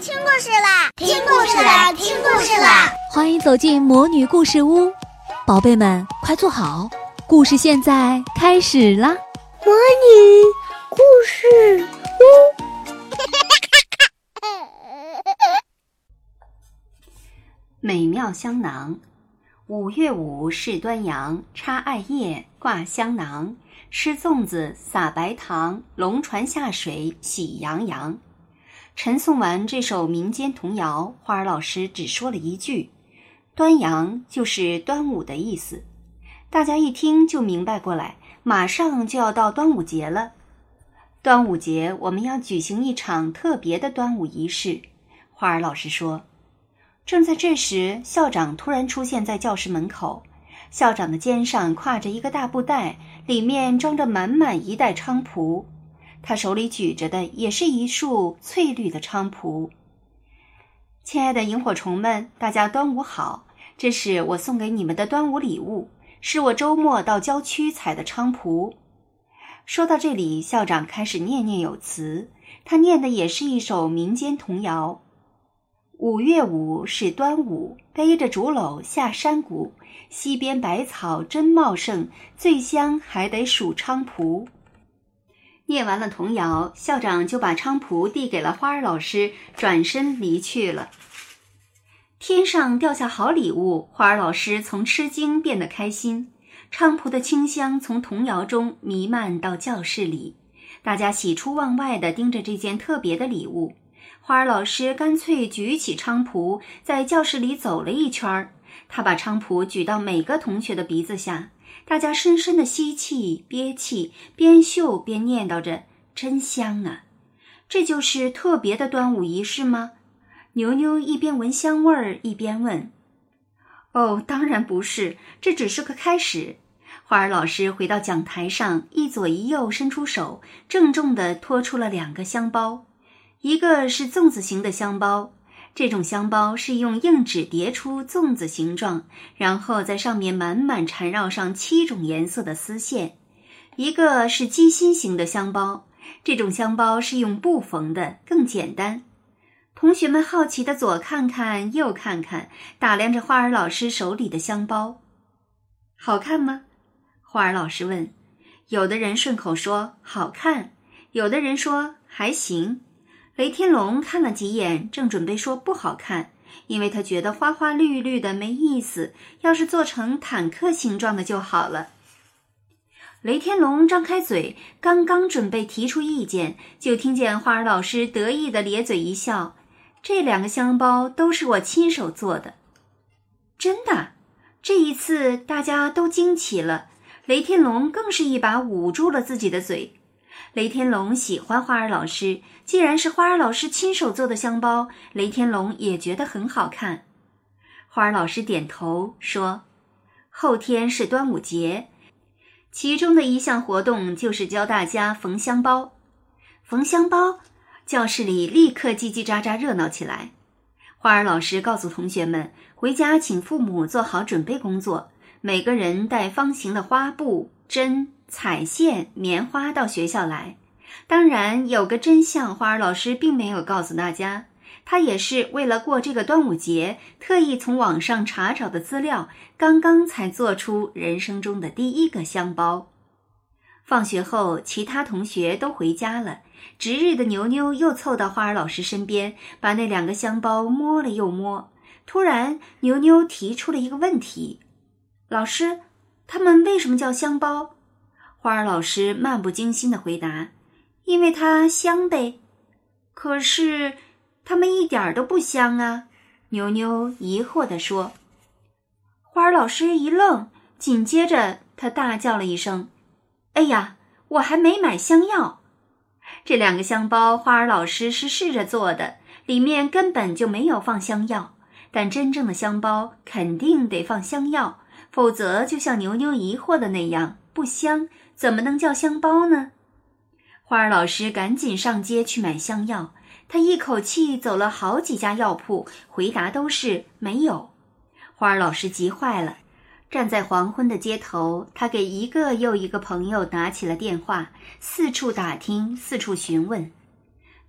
听故事啦！听故事啦！听故事啦！ 欢迎走进魔女故事屋，宝贝们快坐好，故事现在开始啦！ 魔女故事屋。 美妙香囊，5月5试端阳，插艾叶，挂香囊，吃粽子，撒白糖，龙船下水，喜洋洋。陈诵完这首民间童谣，花儿老师只说了一句：端阳就是端午的意思。大家一听就明白过来，马上就要到端午节了。端午节我们要举行一场特别的端午仪式。花儿老师说，正在这时，校长突然出现在教室门口。校长的肩上挎着一个大布袋，里面装着满满一袋菖蒲。他手里举着的也是一束翠绿的菖蒲。亲爱的萤火虫们，大家端午好！这是我送给你们的端午礼物，是我周末到郊区采的菖蒲。说到这里，校长开始念念有词，他念的也是一首民间童谣。5月5是端午，背着竹篓下山谷，溪边百草真茂盛，最香还得数菖蒲。念完了童谣，校长就把菖蒲递给了花儿老师，转身离去了。天上掉下好礼物，花儿老师从吃惊变得开心。菖蒲的清香从童谣中弥漫到教室里，大家喜出望外地盯着这件特别的礼物。花儿老师干脆举起菖蒲，在教室里走了一圈。他把菖蒲举到每个同学的鼻子下，大家深深地吸气憋气，边嗅边念叨着，真香啊！这就是特别的端午仪式吗？牛牛一边闻香味儿一边问。哦，当然不是，这只是个开始。花儿老师回到讲台上，一左一右伸出手，郑重地托出了2个香包。一个是粽子形的香包，这种香包是用硬纸叠出粽子形状，然后在上面满满缠绕上7种颜色的丝线。一个是鸡心形的香包，这种香包是用布缝的，更简单。同学们好奇地左看看右看看，打量着花儿老师手里的香包。好看吗？花儿老师问。有的人顺口说好看，有的人说还行。雷天龙看了几眼，正准备说不好看，因为他觉得花花绿绿的没意思，要是做成坦克形状的就好了。雷天龙张开嘴，刚刚准备提出意见，就听见花儿老师得意地咧嘴一笑，这2个香包都是我亲手做的。真的？这一次大家都惊奇了，雷天龙更是一把捂住了自己的嘴。雷天龙喜欢花儿老师，既然是花儿老师亲手做的香包，雷天龙也觉得很好看。花儿老师点头说，后天是端午节，其中的一项活动就是教大家缝香包。缝香包，教室里立刻叽叽喳喳热闹起来。花儿老师告诉同学们，回家请父母做好准备工作，每个人带方形的花布、针、彩线、棉花到学校来。当然有个真相，花儿老师并没有告诉大家，他也是为了过这个端午节，特意从网上查找的资料，刚刚才做出人生中的第1个香包。放学后，其他同学都回家了，值日的牛牛又凑到花儿老师身边，把那2个香包摸了又摸。突然，牛牛提出了一个问题，老师，他们为什么叫香包？花儿老师漫不经心地回答，因为它香呗。可是它们一点都不香啊，牛牛疑惑地说。花儿老师一愣，紧接着他大叫了一声，哎呀，我还没买香药。这2个香包花儿老师是试着做的，里面根本就没有放香药，但真正的香包肯定得放香药，否则就像牛牛疑惑的那样，不香，怎么能叫香包呢？花儿老师赶紧上街去买香药，他一口气走了好几家药铺，回答都是没有。花儿老师急坏了，站在黄昏的街头，他给一个又一个朋友打起了电话，四处打听，四处询问。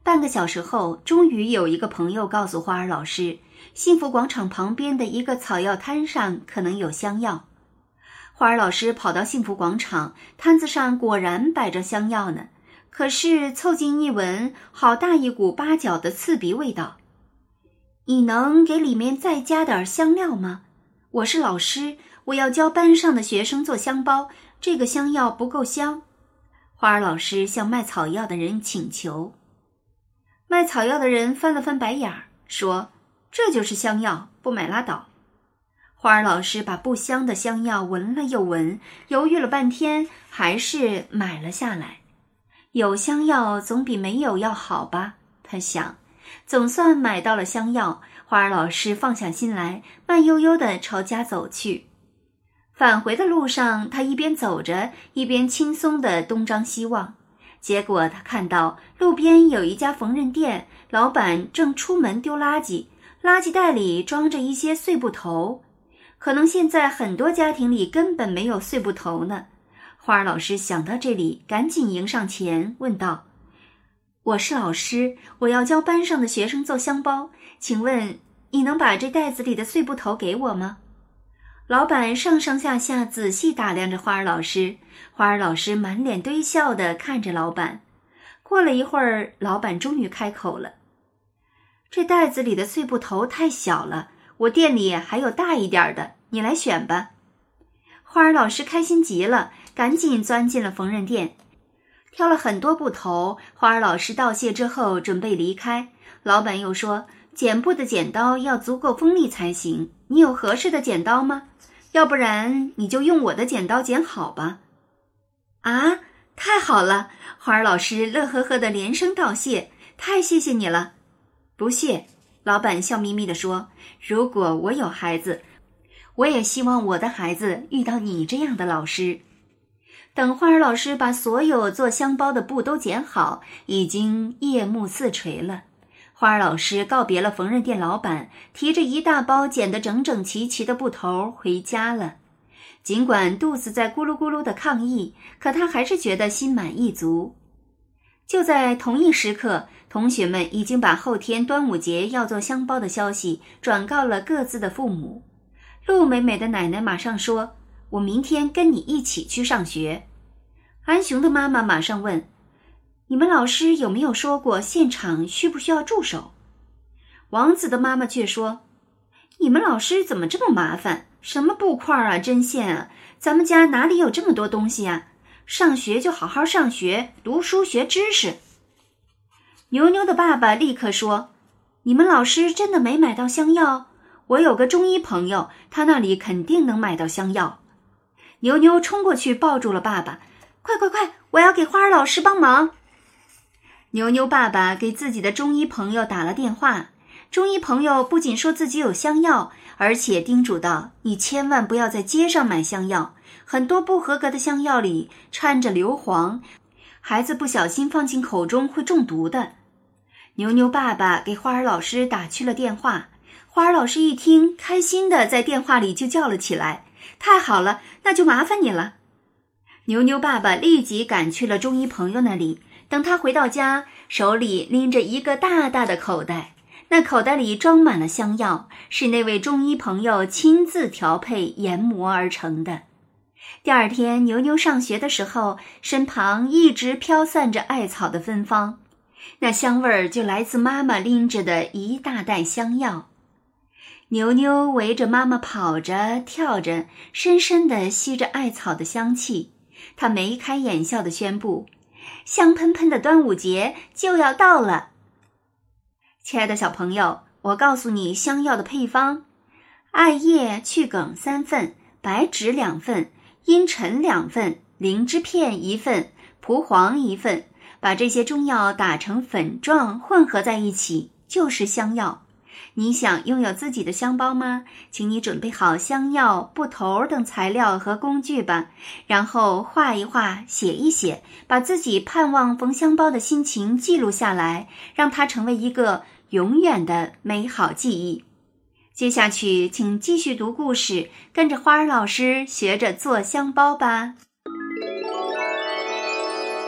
半个小时后，终于有一个朋友告诉花儿老师，幸福广场旁边的一个草药摊上可能有香药。花儿老师跑到幸福广场，摊子上果然摆着香药呢，可是凑近一闻，好大一股八角的刺鼻味道。你能给里面再加点香料吗？我是老师，我要教班上的学生做香包，这个香药不够香。花儿老师向卖草药的人请求。卖草药的人翻了翻白眼儿，说：这就是香药，不买拉倒。花儿老师把不香的香药闻了又闻，犹豫了半天，还是买了下来。有香药总比没有要好吧，他想。总算买到了香药，花儿老师放下心来，慢悠悠地朝家走去。返回的路上，他一边走着，一边轻松地东张西望。结果他看到路边有一家缝纫店，老板正出门丢垃圾，垃圾袋里装着一些碎布头。可能现在很多家庭里根本没有碎布头呢。花儿老师想到这里，赶紧迎上前问道：我是老师，我要教班上的学生做香包，请问你能把这袋子里的碎布头给我吗？老板上上下下仔细打量着花儿老师，花儿老师满脸堆笑地看着老板。过了一会儿，老板终于开口了：这袋子里的碎布头太小了，我店里还有大一点的，你来选吧。花儿老师开心极了，赶紧钻进了缝纫店，挑了很多布头。花儿老师道谢之后准备离开，老板又说：剪布的剪刀要足够锋利才行，你有合适的剪刀吗？要不然你就用我的剪刀剪好吧。啊，太好了！花儿老师乐呵呵地连声道谢，太谢谢你了。不谢，老板笑眯眯地说，如果我有孩子，我也希望我的孩子遇到你这样的老师。等花儿老师把所有做香包的布都剪好，已经夜幕四垂了。花儿老师告别了缝纫店老板，提着一大包剪得整整齐齐的布头回家了。尽管肚子在咕噜咕噜地抗议，可他还是觉得心满意足。就在同一时刻，同学们已经把后天端午节要做香包的消息转告了各自的父母。陆美美的奶奶马上说：我明天跟你一起去上学。安雄的妈妈马上问：你们老师有没有说过现场需不需要助手？王子的妈妈却说：你们老师怎么这么麻烦，什么布块啊，针线啊，咱们家哪里有这么多东西啊？上学就好好上学，读书学知识。牛牛的爸爸立刻说：你们老师真的没买到香药？我有个中医朋友，他那里肯定能买到香药。牛牛冲过去抱住了爸爸，快快快，我要给花儿老师帮忙。牛牛爸爸给自己的中医朋友打了电话，中医朋友不仅说自己有香药，而且叮嘱道：你千万不要在街上买香药，很多不合格的香药里掺着硫磺，孩子不小心放进口中会中毒的。牛牛爸爸给花儿老师打去了电话，花儿老师一听，开心的在电话里就叫了起来：太好了，那就麻烦你了。牛牛爸爸立即赶去了中医朋友那里，等他回到家，手里拎着一个大大的口袋，那口袋里装满了香药，是那位中医朋友亲自调配研磨而成的。第二天牛牛上学的时候，身旁一直飘散着艾草的芬芳，那香味儿就来自妈妈拎着的一大袋香药。牛牛围着妈妈跑着跳着，深深地吸着艾草的香气。他眉开眼笑地宣布：香喷喷的端午节就要到了。亲爱的小朋友，我告诉你香药的配方：艾叶去梗3份，白芷2份，茵陈2份，灵芝片1份，蒲黄1份，把这些中药打成粉状混合在一起，就是香药。你想拥有自己的香包吗？请你准备好香药、布头等材料和工具吧，然后画一画，写一写，把自己盼望缝香包的心情记录下来，让它成为一个永远的美好记忆。接下去请继续读故事，跟着花儿老师学着做香包吧。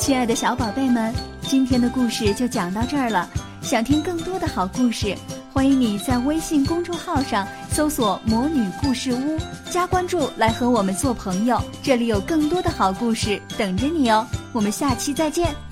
亲爱的小宝贝们，今天的故事就讲到这儿了。想听更多的好故事，欢迎你在微信公众号上搜索魔女故事屋，加关注来和我们做朋友，这里有更多的好故事等着你哦。我们下期再见。